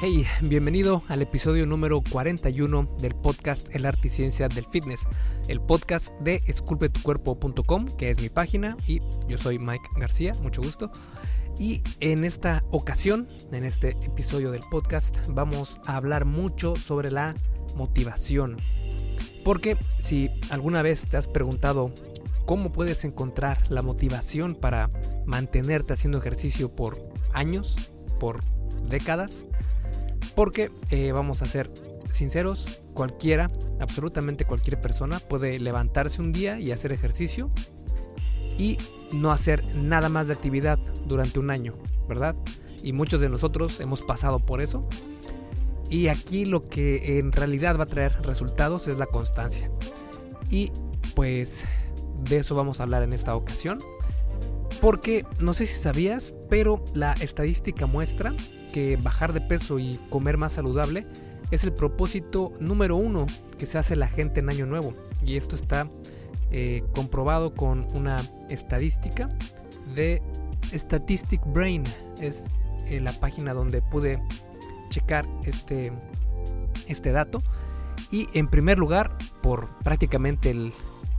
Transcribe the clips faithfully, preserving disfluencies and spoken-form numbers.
Hey, bienvenido al episodio número cuarenta y uno del podcast El Arte y Ciencia del Fitness, el podcast de esculpe tu cuerpo punto com, que es mi página, y yo soy Mike García, mucho gusto. Y en esta ocasión, en este episodio del podcast, vamos a hablar mucho sobre la motivación. Porque si alguna vez te has preguntado cómo puedes encontrar la motivación para mantenerte haciendo ejercicio por años, por décadas, porque eh, vamos a ser sinceros, cualquiera, absolutamente cualquier persona puede levantarse un día y hacer ejercicio y no hacer nada más de actividad durante un año, ¿verdad? Y muchos de nosotros hemos pasado por eso. Y aquí lo que en realidad va a traer resultados es la constancia. Y pues de eso vamos a hablar en esta ocasión. Porque no sé si sabías, pero la estadística muestra que bajar de peso y comer más saludable es el propósito número uno que se hace la gente en Año Nuevo. Y esto está eh, comprobado con una estadística de Statistic Brain. Es eh, la página donde pude checar este, este dato. Y en primer lugar, por prácticamente el,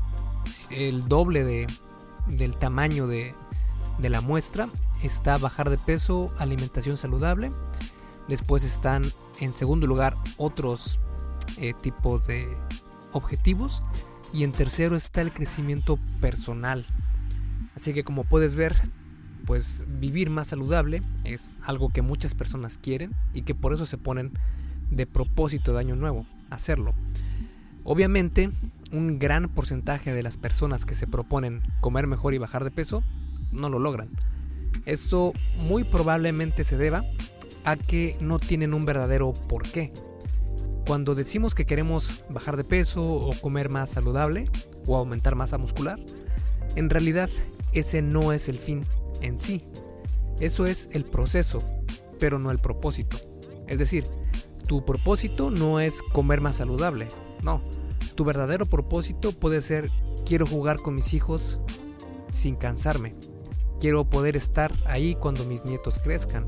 el doble de, del tamaño de, de la muestra, está bajar de peso, alimentación saludable. Después están en segundo lugar otros eh, tipos de objetivos. Y en tercero está el crecimiento personal. Así que como puedes ver, pues vivir más saludable es algo que muchas personas quieren y que por eso se ponen de propósito de Año Nuevo hacerlo. Obviamente, un gran porcentaje de las personas que se proponen comer mejor y bajar de peso no lo logran. Esto muy probablemente se deba a que no tienen un verdadero porqué. Cuando decimos que queremos bajar de peso o comer más saludable o aumentar masa muscular, en realidad ese no es el fin en sí. Eso es el proceso, pero no el propósito. Es decir, tu propósito no es comer más saludable, no. Tu verdadero propósito puede ser: quiero jugar con mis hijos sin cansarme. Quiero poder estar ahí cuando mis nietos crezcan.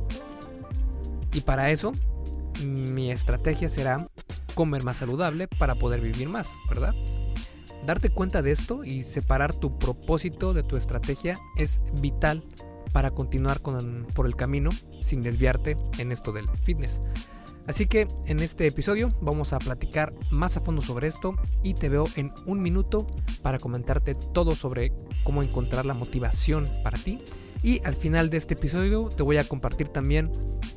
Y para eso, mi estrategia será comer más saludable para poder vivir más, ¿verdad? Darte cuenta de esto y separar tu propósito de tu estrategia es vital para continuar con, por el camino sin desviarte en esto del fitness. Así que en este episodio vamos a platicar más a fondo sobre esto y te veo en un minuto para comentarte todo sobre cómo encontrar la motivación para ti. Y al final de este episodio te voy a compartir también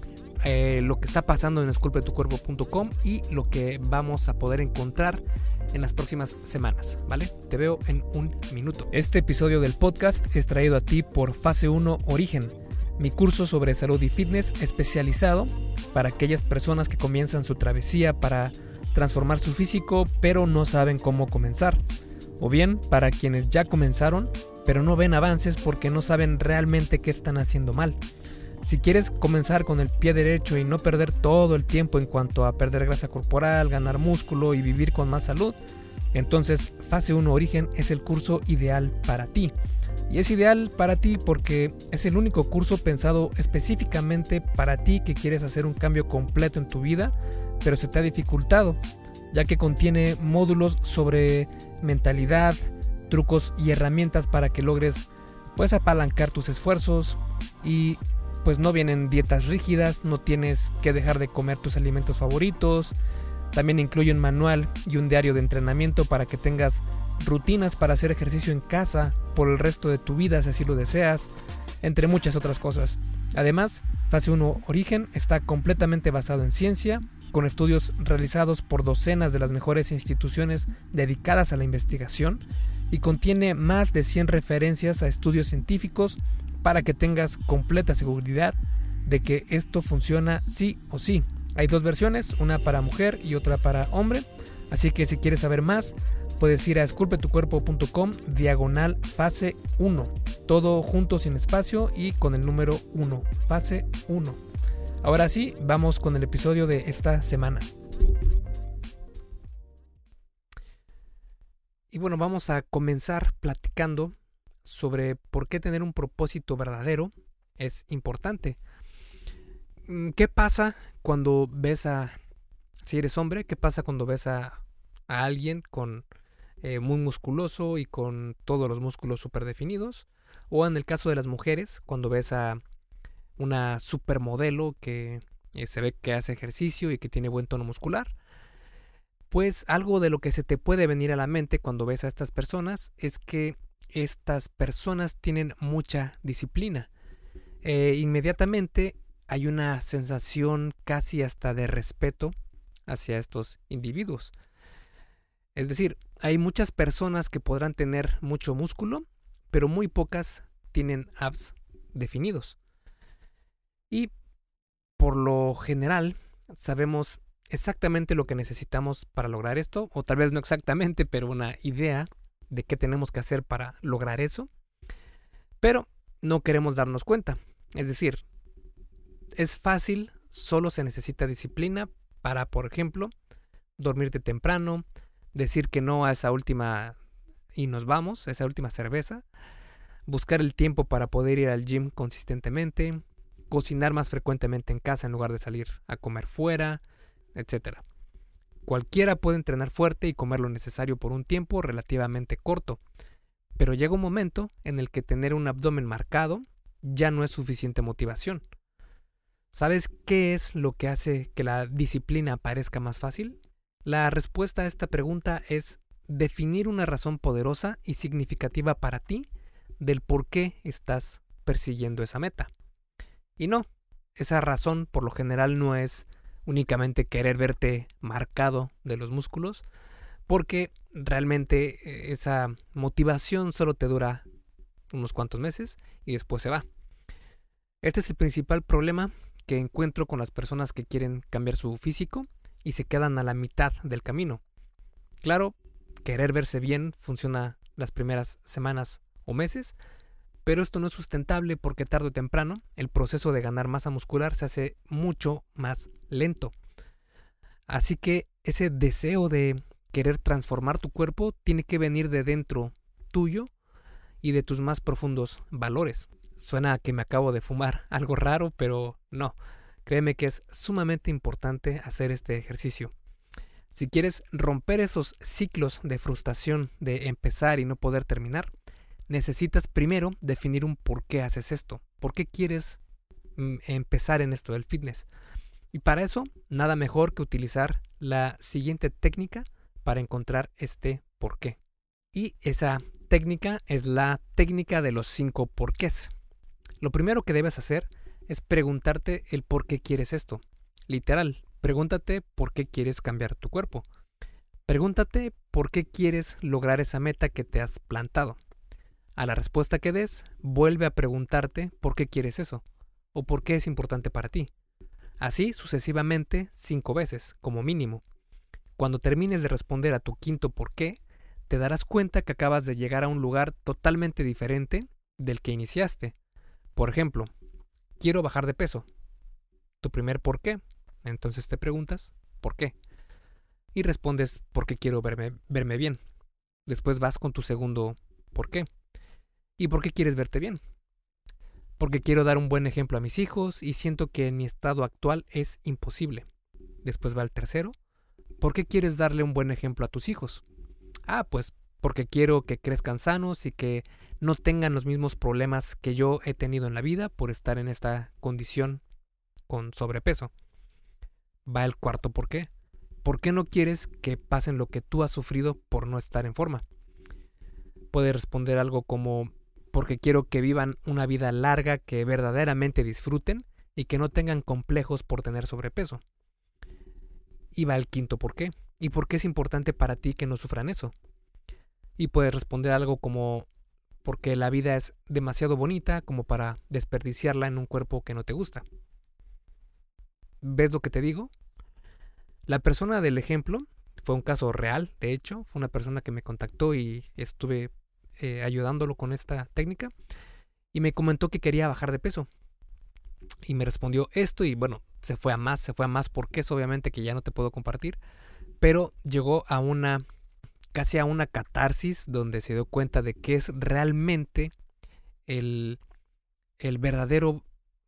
eh, lo que está pasando en esculpe tu cuerpo punto com y lo que vamos a poder encontrar en las próximas semanas, ¿vale? Te veo en un minuto. Este episodio del podcast es traído a ti por Fase uno Origen, mi curso sobre salud y fitness especializado para aquellas personas que comienzan su travesía para transformar su físico pero no saben cómo comenzar. O bien para quienes ya comenzaron pero no ven avances porque no saben realmente qué están haciendo mal. Si quieres comenzar con el pie derecho y no perder todo el tiempo en cuanto a perder grasa corporal, ganar músculo y vivir con más salud, entonces Fase uno Origen es el curso ideal para ti. Y es ideal para ti porque es el único curso pensado específicamente para ti que quieres hacer un cambio completo en tu vida, pero se te ha dificultado, ya que contiene módulos sobre mentalidad, trucos y herramientas para que logres pues apalancar tus esfuerzos. Y pues no vienen dietas rígidas, no tienes que dejar de comer tus alimentos favoritos. También incluye un manual y un diario de entrenamiento para que tengas rutinas para hacer ejercicio en casa por el resto de tu vida si así lo deseas, entre muchas otras cosas. Además, Fase uno Origen está completamente basado en ciencia, con estudios realizados por docenas de las mejores instituciones dedicadas a la investigación, y contiene más de cien referencias a estudios científicos para que tengas completa seguridad de que esto funciona sí o sí. Hay dos versiones, una para mujer y otra para hombre, así que si quieres saber más, puedes ir a esculpe tu cuerpo punto com diagonal fase uno, todo junto sin espacio y con el número uno, fase uno. Ahora sí, vamos con el episodio de esta semana. Y bueno, vamos a comenzar platicando sobre por qué tener un propósito verdadero es importante. ¿Qué pasa cuando ves a, si eres hombre, ¿qué pasa cuando ves a, a alguien con eh, muy musculoso y con todos los músculos súper definidos? O en el caso de las mujeres, cuando ves a una supermodelo que eh, se ve que hace ejercicio y que tiene buen tono muscular. Pues algo de lo que se te puede venir a la mente cuando ves a estas personas es que estas personas tienen mucha disciplina. Eh, inmediatamente hay una sensación casi hasta de respeto hacia estos individuos. Es decir, hay muchas personas que podrán tener mucho músculo, pero muy pocas tienen abs definidos. Y por lo general sabemos exactamente lo que necesitamos para lograr esto, o tal vez no exactamente, pero una idea de qué tenemos que hacer para lograr eso, pero no queremos darnos cuenta. Es decir, es fácil, solo se necesita disciplina para, por ejemplo, dormirte temprano, decir que no a esa última y nos vamos, esa última cerveza, buscar el tiempo para poder ir al gym consistentemente, cocinar más frecuentemente en casa en lugar de salir a comer fuera, etcétera. Cualquiera puede entrenar fuerte y comer lo necesario por un tiempo relativamente corto, pero llega un momento en el que tener un abdomen marcado ya no es suficiente motivación. ¿Sabes qué es lo que hace que la disciplina parezca más fácil? La respuesta a esta pregunta es definir una razón poderosa y significativa para ti del por qué estás persiguiendo esa meta. Y no, esa razón por lo general no es únicamente querer verte marcado de los músculos, porque realmente esa motivación solo te dura unos cuantos meses y después se va. Este es el principal problema que encuentro con las personas que quieren cambiar su físico y se quedan a la mitad del camino. Claro, querer verse bien funciona las primeras semanas o meses, pero esto no es sustentable porque tarde o temprano el proceso de ganar masa muscular se hace mucho más lento. Así que ese deseo de querer transformar tu cuerpo tiene que venir de dentro tuyo y de tus más profundos valores. Suena a que me acabo de fumar algo raro, pero no. Créeme que es sumamente importante hacer este ejercicio. Si quieres romper esos ciclos de frustración de empezar y no poder terminar, necesitas primero definir un por qué haces esto. ¿Por qué quieres mm, empezar en esto del fitness? Y para eso, nada mejor que utilizar la siguiente técnica para encontrar este por qué. Y esa técnica es la técnica de los cinco porqués. Lo primero que debes hacer es preguntarte el por qué quieres esto. Literal, pregúntate por qué quieres cambiar tu cuerpo. Pregúntate por qué quieres lograr esa meta que te has plantado. A la respuesta que des, vuelve a preguntarte por qué quieres eso o por qué es importante para ti. Así sucesivamente cinco veces, como mínimo. Cuando termines de responder a tu quinto por qué, te darás cuenta que acabas de llegar a un lugar totalmente diferente del que iniciaste. Por ejemplo, quiero bajar de peso. Tu primer por qué. Entonces te preguntas, ¿por qué? Y respondes, porque quiero verme, verme bien. Después vas con tu segundo por qué. ¿Y por qué quieres verte bien? Porque quiero dar un buen ejemplo a mis hijos y siento que en mi estado actual es imposible. Después va el tercero. ¿Por qué quieres darle un buen ejemplo a tus hijos? Ah, pues porque quiero que crezcan sanos y que no tengan los mismos problemas que yo he tenido en la vida por estar en esta condición con sobrepeso. Va el cuarto por qué. ¿Por qué no quieres que pasen lo que tú has sufrido por no estar en forma? Puedes responder algo como porque quiero que vivan una vida larga, que verdaderamente disfruten y que no tengan complejos por tener sobrepeso. Y va el quinto por qué. ¿Y por qué es importante para ti que no sufran eso? Y puedes responder algo como porque la vida es demasiado bonita como para desperdiciarla en un cuerpo que no te gusta. ¿Ves lo que te digo? La persona del ejemplo fue un caso real, de hecho, fue una persona que me contactó y estuve eh, ayudándolo con esta técnica y me comentó que quería bajar de peso. Y me respondió esto y bueno, se fue a más, se fue a más porque es obviamente que ya no te puedo compartir, pero llegó a una, casi a una catarsis donde se dio cuenta de que es realmente el, el verdadero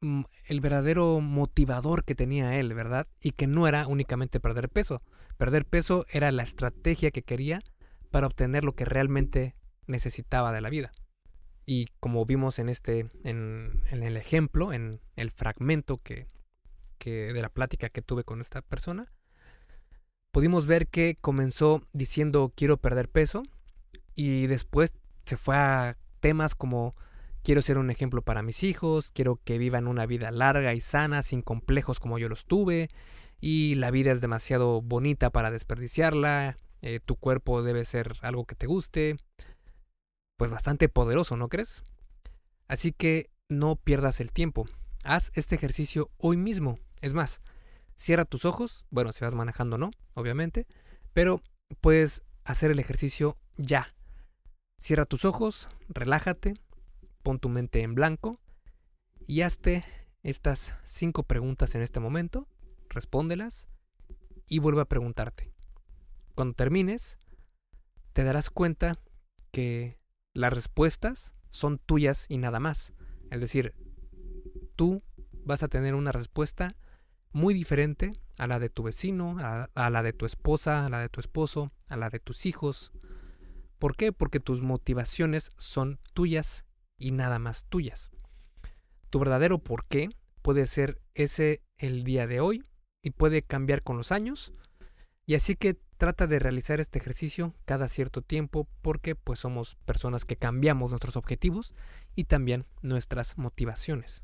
el verdadero motivador que tenía él, ¿verdad? Y que no era únicamente perder peso. Perder peso era la estrategia que quería para obtener lo que realmente necesitaba de la vida. Y como vimos en este, en, en el ejemplo, en el fragmento que, que de la plática que tuve con esta persona, pudimos ver que comenzó diciendo quiero perder peso y después se fue a temas como quiero ser un ejemplo para mis hijos, quiero que vivan una vida larga y sana, sin complejos como yo los tuve, y la vida es demasiado bonita para desperdiciarla, eh, tu cuerpo debe ser algo que te guste. Pues bastante poderoso, ¿no crees? Así que no pierdas el tiempo. Haz este ejercicio hoy mismo. Es más, cierra tus ojos, bueno, si vas manejando no, obviamente, pero puedes hacer el ejercicio ya. Cierra tus ojos, relájate, pon tu mente en blanco y hazte estas cinco preguntas en este momento, respóndelas y vuelve a preguntarte. Cuando termines, te darás cuenta que las respuestas son tuyas y nada más. Es decir, tú vas a tener una respuesta muy diferente a la de tu vecino, a, a la de tu esposa, a la de tu esposo, a la de tus hijos. ¿Por qué? Porque tus motivaciones son tuyas y nada más tuyas. Tu verdadero por qué puede ser ese el día de hoy y puede cambiar con los años. Y así que trata de realizar este ejercicio cada cierto tiempo porque pues somos personas que cambiamos nuestros objetivos y también nuestras motivaciones.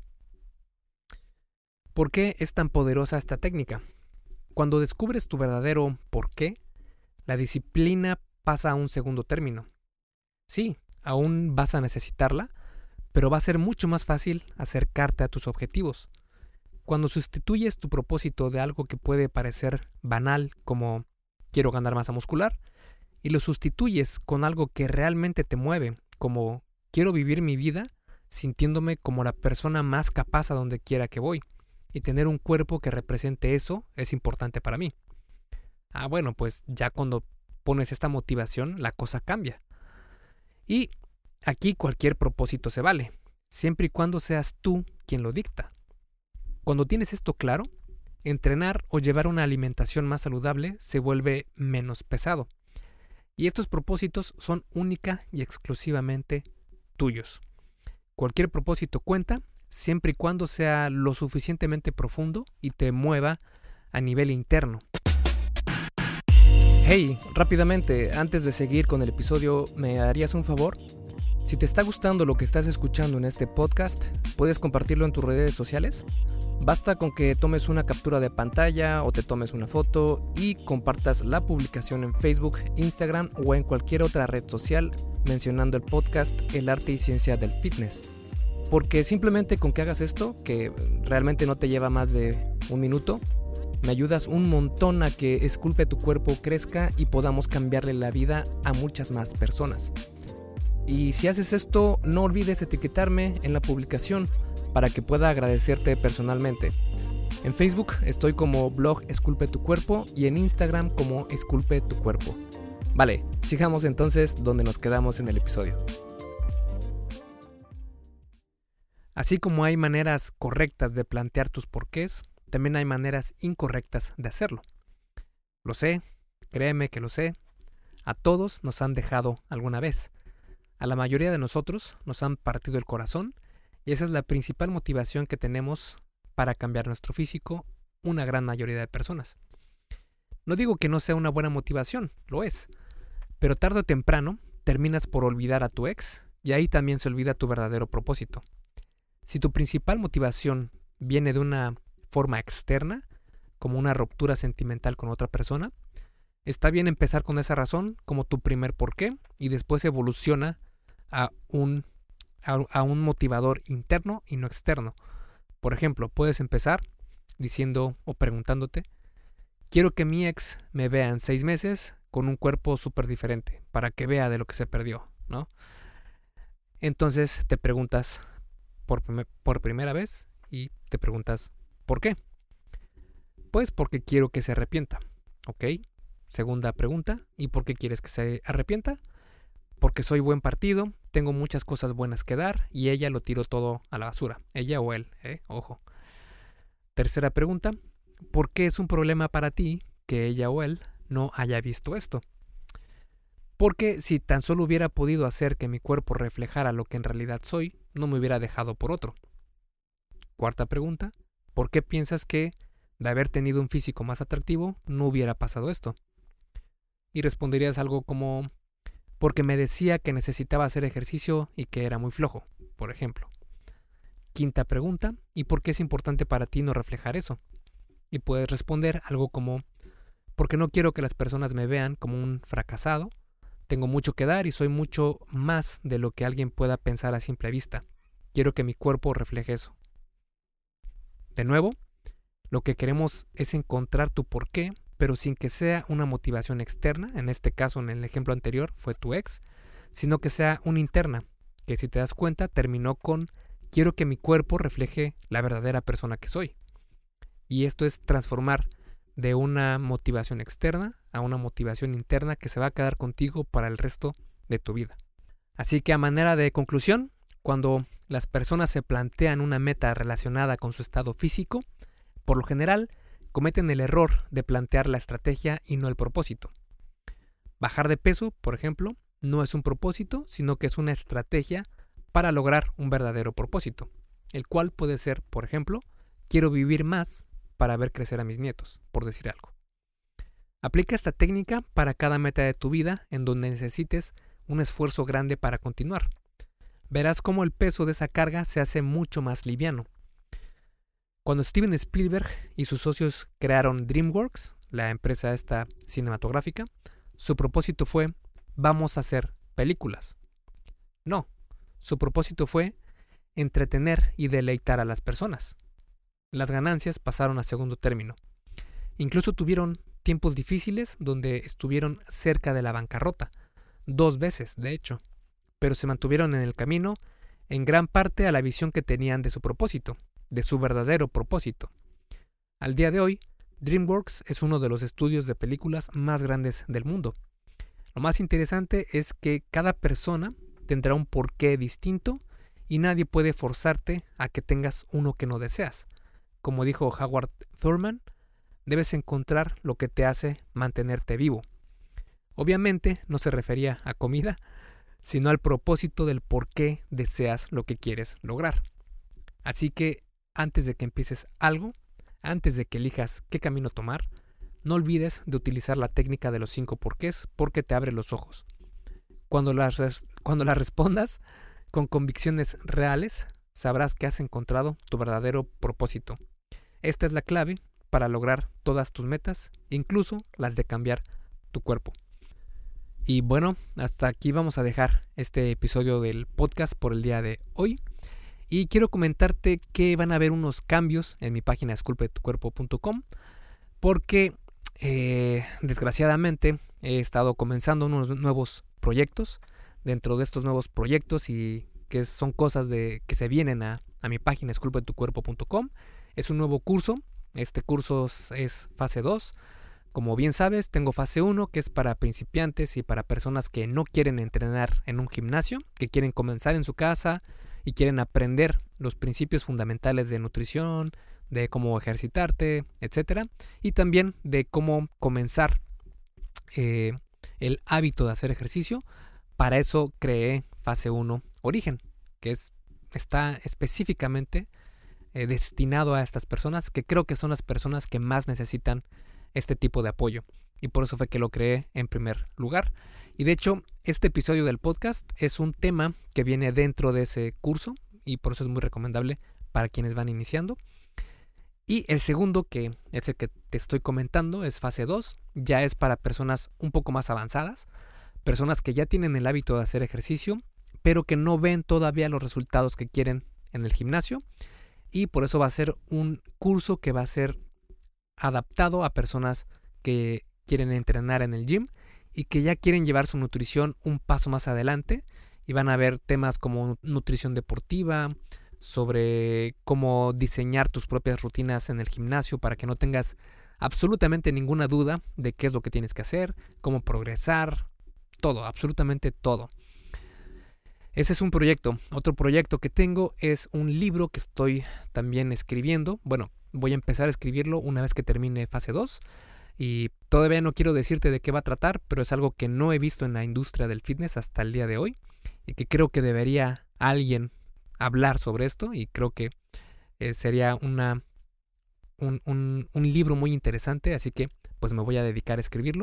¿Por qué es tan poderosa esta técnica? Cuando descubres tu verdadero por qué, la disciplina pasa a un segundo término. Sí, aún vas a necesitarla, pero va a ser mucho más fácil acercarte a tus objetivos. Cuando sustituyes tu propósito de algo que puede parecer banal como quiero ganar masa muscular y lo sustituyes con algo que realmente te mueve como quiero vivir mi vida sintiéndome como la persona más capaz a donde quiera que voy y tener un cuerpo que represente eso es importante para mí. Ah, bueno, pues ya cuando pones esta motivación la cosa cambia. Y aquí cualquier propósito se vale, siempre y cuando seas tú quien lo dicta. Cuando tienes esto claro, entrenar o llevar una alimentación más saludable se vuelve menos pesado. Y estos propósitos son única y exclusivamente tuyos. Cualquier propósito cuenta siempre y cuando sea lo suficientemente profundo y te mueva a nivel interno. Hey, rápidamente, antes de seguir con el episodio, ¿me harías un favor? Si te está gustando lo que estás escuchando en este podcast, ¿puedes compartirlo en tus redes sociales? Basta con que tomes una captura de pantalla o te tomes una foto y compartas la publicación en Facebook, Instagram o en cualquier otra red social mencionando el podcast El Arte y Ciencia del Fitness. Porque simplemente con que hagas esto, que realmente no te lleva más de un minuto, me ayudas un montón a que Esculpe tu Cuerpo crezca y podamos cambiarle la vida a muchas más personas. Y si haces esto, no olvides etiquetarme en la publicación para que pueda agradecerte personalmente. En Facebook estoy como blog Esculpe tu Cuerpo y en Instagram como Esculpe tu Cuerpo. Vale, sigamos entonces donde nos quedamos en el episodio. Así como hay maneras correctas de plantear tus porqués, también hay maneras incorrectas de hacerlo. Lo sé, créeme que lo sé. A todos nos han dejado alguna vez. A la mayoría de nosotros nos han partido el corazón y esa es la principal motivación que tenemos para cambiar nuestro físico, una gran mayoría de personas. No digo que no sea una buena motivación, lo es, pero tarde o temprano terminas por olvidar a tu ex y ahí también se olvida tu verdadero propósito. Si tu principal motivación viene de una forma externa, como una ruptura sentimental con otra persona, está bien empezar con esa razón como tu primer porqué y después evoluciona a un, a, a un motivador interno y no externo. Por ejemplo, puedes empezar diciendo o preguntándote, quiero que mi ex me vea en seis meses con un cuerpo súper diferente para que vea de lo que se perdió, ¿no? Entonces te preguntas por, por primera vez y te preguntas, ¿por qué? Pues porque quiero que se arrepienta, ¿ok? Segunda pregunta, ¿y por qué quieres que se arrepienta? Porque soy buen partido tengo muchas cosas buenas que dar y ella lo tiró todo a la basura. Ella o él, ¿eh? Ojo. Tercera pregunta, ¿por qué es un problema para ti que ella o él no haya visto esto? Porque si tan solo hubiera podido hacer que mi cuerpo reflejara lo que en realidad soy, no me hubiera dejado por otro. Cuarta pregunta, ¿por qué piensas que de haber tenido un físico más atractivo no hubiera pasado esto? Y responderías algo como, porque me decía que necesitaba hacer ejercicio y que era muy flojo, por ejemplo. Quinta pregunta, ¿y por qué es importante para ti no reflejar eso? Y puedes responder algo como, porque no quiero que las personas me vean como un fracasado, tengo mucho que dar y soy mucho más de lo que alguien pueda pensar a simple vista. Quiero que mi cuerpo refleje eso. De nuevo, lo que queremos es encontrar tu porqué, pero sin que sea una motivación externa, en este caso en el ejemplo anterior fue tu ex, sino que sea una interna, que si te das cuenta terminó con quiero que mi cuerpo refleje la verdadera persona que soy. Y esto es transformar de una motivación externa a una motivación interna que se va a quedar contigo para el resto de tu vida. Así que a manera de conclusión, cuando las personas se plantean una meta relacionada con su estado físico, por lo general cometen el error de plantear la estrategia y no el propósito. Bajar de peso, por ejemplo, no es un propósito, sino que es una estrategia para lograr un verdadero propósito, el cual puede ser, por ejemplo, quiero vivir más para ver crecer a mis nietos, por decir algo. Aplica esta técnica para cada meta de tu vida en donde necesites un esfuerzo grande para continuar. Verás cómo el peso de esa carga se hace mucho más liviano. Cuando Steven Spielberg y sus socios crearon DreamWorks, la empresa esta cinematográfica, su propósito fue, vamos a hacer películas. No, su propósito fue entretener y deleitar a las personas. Las ganancias pasaron a segundo término. Incluso tuvieron tiempos difíciles donde estuvieron cerca de la bancarrota, dos veces de hecho, pero se mantuvieron en el camino en gran parte a la visión que tenían de su propósito, de su verdadero propósito. Al día de hoy, DreamWorks es uno de los estudios de películas más grandes del mundo. Lo más interesante es que cada persona tendrá un porqué distinto y nadie puede forzarte a que tengas uno que no deseas. Como dijo Howard Thurman, debes encontrar lo que te hace mantenerte vivo. Obviamente no se refería a comida, sino al propósito del por qué deseas lo que quieres lograr. Así que antes de que empieces algo, antes de que elijas qué camino tomar, no olvides de utilizar la técnica de los cinco porqués porque te abre los ojos. Cuando las, res- cuando las respondas con convicciones reales, sabrás que has encontrado tu verdadero propósito. Esta es la clave para lograr todas tus metas, incluso las de cambiar tu cuerpo. Y bueno, hasta aquí vamos a dejar este episodio del podcast por el día de hoy. Y quiero comentarte que van a haber unos cambios en mi página esculpe tu cuerpo punto com porque eh, desgraciadamente he estado comenzando unos nuevos proyectos. Dentro de estos nuevos proyectos y que son cosas de, que se vienen a, a mi página esculpe tu cuerpo punto com es un nuevo curso. Este curso es fase dos. Como bien sabes, tengo fase uno que es para principiantes y para personas que no quieren entrenar en un gimnasio, que quieren comenzar en su casa y quieren aprender los principios fundamentales de nutrición, de cómo ejercitarte, etcétera, y también de cómo comenzar eh, el hábito de hacer ejercicio. Para eso creé fase uno Origen, que es, está específicamente eh, destinado a estas personas, que creo que son las personas que más necesitan este tipo de apoyo. Y por eso fue que lo creé en primer lugar. Y de hecho, este episodio del podcast es un tema que viene dentro de ese curso y por eso es muy recomendable para quienes van iniciando. Y el segundo, que es el que te estoy comentando, es fase dos. Ya es para personas un poco más avanzadas, personas que ya tienen el hábito de hacer ejercicio, pero que no ven todavía los resultados que quieren en el gimnasio. Y por eso va a ser un curso que va a ser adaptado a personas que quieren entrenar en el gym y que ya quieren llevar su nutrición un paso más adelante, y van a ver temas como nutrición deportiva, sobre cómo diseñar tus propias rutinas en el gimnasio para que no tengas absolutamente ninguna duda de qué es lo que tienes que hacer, cómo progresar, todo, absolutamente todo. Ese es un proyecto. Otro proyecto que tengo es un libro que estoy también escribiendo. Bueno, voy a empezar a escribirlo una vez que termine fase dos. Y todavía no quiero decirte de qué va a tratar, pero es algo que no he visto en la industria del fitness hasta el día de hoy. Y que creo que debería alguien hablar sobre esto. Y creo que eh, sería una, un, un, un libro muy interesante. Así que pues me voy a dedicar a escribirlo.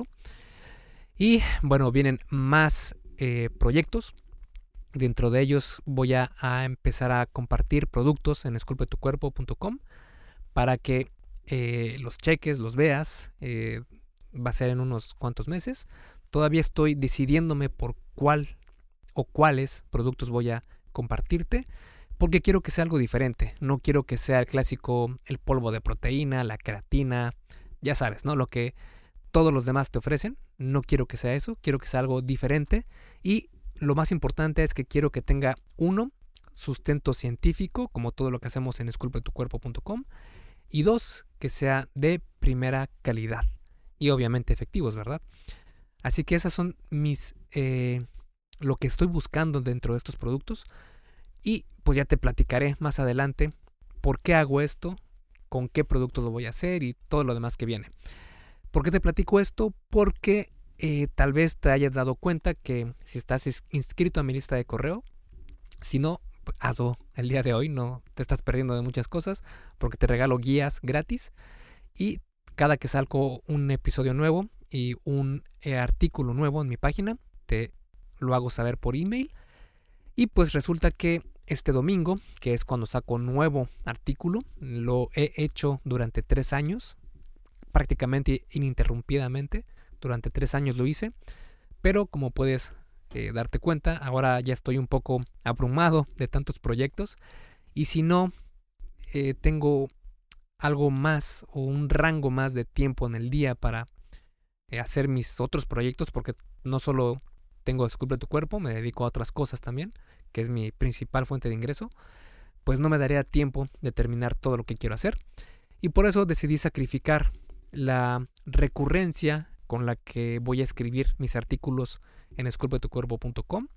Y bueno, vienen más eh, proyectos. Dentro de ellos voy a, a empezar a compartir productos en esculpe tu cuerpo punto com para que eh, los cheques, los veas. Eh, va a ser en unos cuantos meses. Todavía estoy decidiéndome por cuál o cuáles productos voy a compartirte, porque quiero que sea algo diferente. No quiero que sea el clásico, el polvo de proteína, la creatina, ya sabes, ¿no? Lo que todos los demás te ofrecen. No quiero que sea eso, quiero que sea algo diferente. Y lo más importante es que quiero que tenga, uno, sustento científico, como todo lo que hacemos en esculpe tu cuerpo punto com, y dos, que sea de primera calidad y obviamente efectivos, ¿verdad? Así que esas son mis eh, lo que estoy buscando dentro de estos productos, y pues ya te platicaré más adelante por qué hago esto, con qué productos lo voy a hacer y todo lo demás que viene. ¿Por qué te platico esto? Porque Eh, tal vez te hayas dado cuenta que si estás inscrito a mi lista de correo, si no, hazlo el día de hoy, no te estás perdiendo de muchas cosas, porque te regalo guías gratis, y cada que salgo un episodio nuevo y un eh, artículo nuevo en mi página, te lo hago saber por email. Y pues resulta que este domingo, que es cuando saco nuevo artículo, lo he hecho durante tres años, prácticamente ininterrumpidamente. Durante tres años lo hice, pero como puedes eh, darte cuenta, ahora ya estoy un poco abrumado de tantos proyectos, y si no eh, tengo algo más o un rango más de tiempo en el día para eh, hacer mis otros proyectos, porque no solo tengo Esculpe tu Cuerpo, me dedico a otras cosas también, que es mi principal fuente de ingreso, pues no me daría tiempo de terminar todo lo que quiero hacer, y por eso decidí sacrificar la recurrencia con la que voy a escribir mis artículos en esculpe tu cuerpo punto com,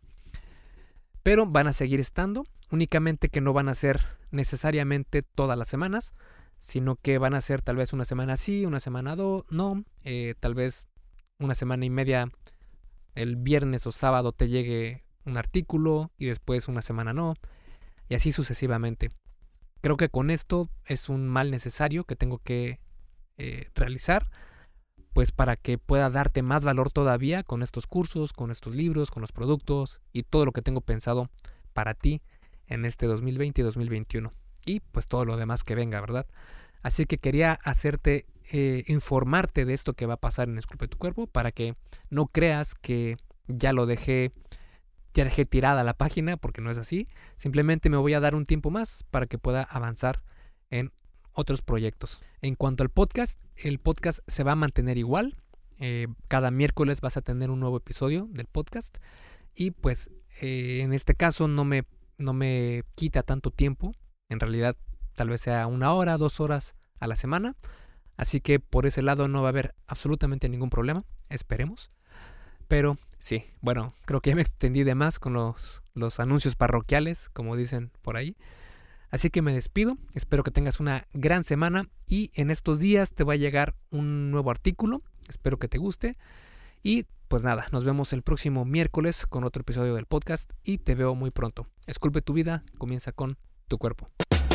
pero van a seguir estando, únicamente que no van a ser necesariamente todas las semanas, sino que van a ser tal vez una semana sí, una semana do, no, eh, tal vez una semana y media, el viernes o sábado te llegue un artículo y después una semana no, y así sucesivamente. Creo que con esto es un mal necesario que tengo que eh, realizar, pues para que pueda darte más valor todavía con estos cursos, con estos libros, con los productos y todo lo que tengo pensado para ti en este dos mil veinte y dos mil veintiuno. Y pues todo lo demás que venga, ¿verdad? Así que quería hacerte, eh, informarte de esto que va a pasar en Esculpe tu Cuerpo, para que no creas que ya lo dejé, ya dejé tirada la página, porque no es así. Simplemente me voy a dar un tiempo más para que pueda avanzar en otros proyectos. En cuanto al podcast, el podcast se va a mantener igual. Eh, cada miércoles vas a tener un nuevo episodio del podcast, y pues eh, en este caso no me, no me quita tanto tiempo. En realidad tal vez sea una hora, dos horas a la semana, así que por ese lado no va a haber absolutamente ningún problema, esperemos. Pero sí, bueno, creo que ya me extendí de más con los, los anuncios parroquiales, como dicen por ahí. Así que me despido, espero que tengas una gran semana, y en estos días te va a llegar un nuevo artículo, espero que te guste, y pues nada, nos vemos el próximo miércoles con otro episodio del podcast, y te veo muy pronto. Esculpe tu vida, comienza con tu cuerpo.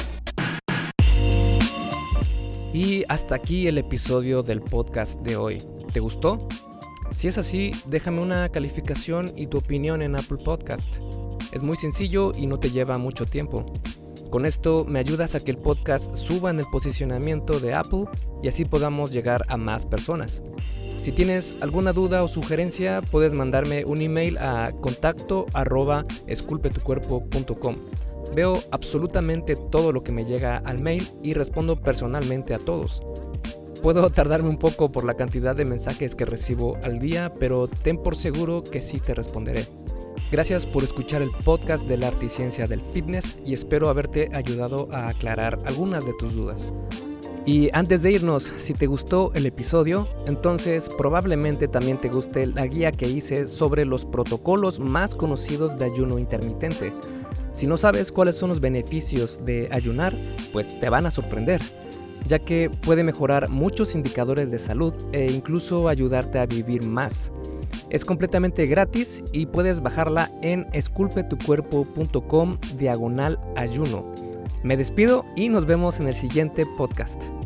Y hasta aquí el episodio del podcast de hoy. ¿Te gustó? Si es así, déjame una calificación y tu opinión en Apple Podcast. Es muy sencillo y no te lleva mucho tiempo. Con esto me ayudas a que el podcast suba en el posicionamiento de Apple y así podamos llegar a más personas. Si tienes alguna duda o sugerencia, puedes mandarme un email a contacto arroba esculpe tu cuerpo punto com. Veo absolutamente todo lo que me llega al mail y respondo personalmente a todos. Puedo tardarme un poco por la cantidad de mensajes que recibo al día, pero ten por seguro que sí te responderé. Gracias por escuchar el podcast del Arte y Ciencia del Fitness, y espero haberte ayudado a aclarar algunas de tus dudas. Y antes de irnos, si te gustó el episodio, entonces probablemente también te guste la guía que hice sobre los protocolos más conocidos de ayuno intermitente. Si no sabes cuáles son los beneficios de ayunar, pues te van a sorprender, ya que puede mejorar muchos indicadores de salud e incluso ayudarte a vivir más. Es completamente gratis y puedes bajarla en esculpetucuerpo.com diagonal ayuno. Me despido y nos vemos en el siguiente podcast.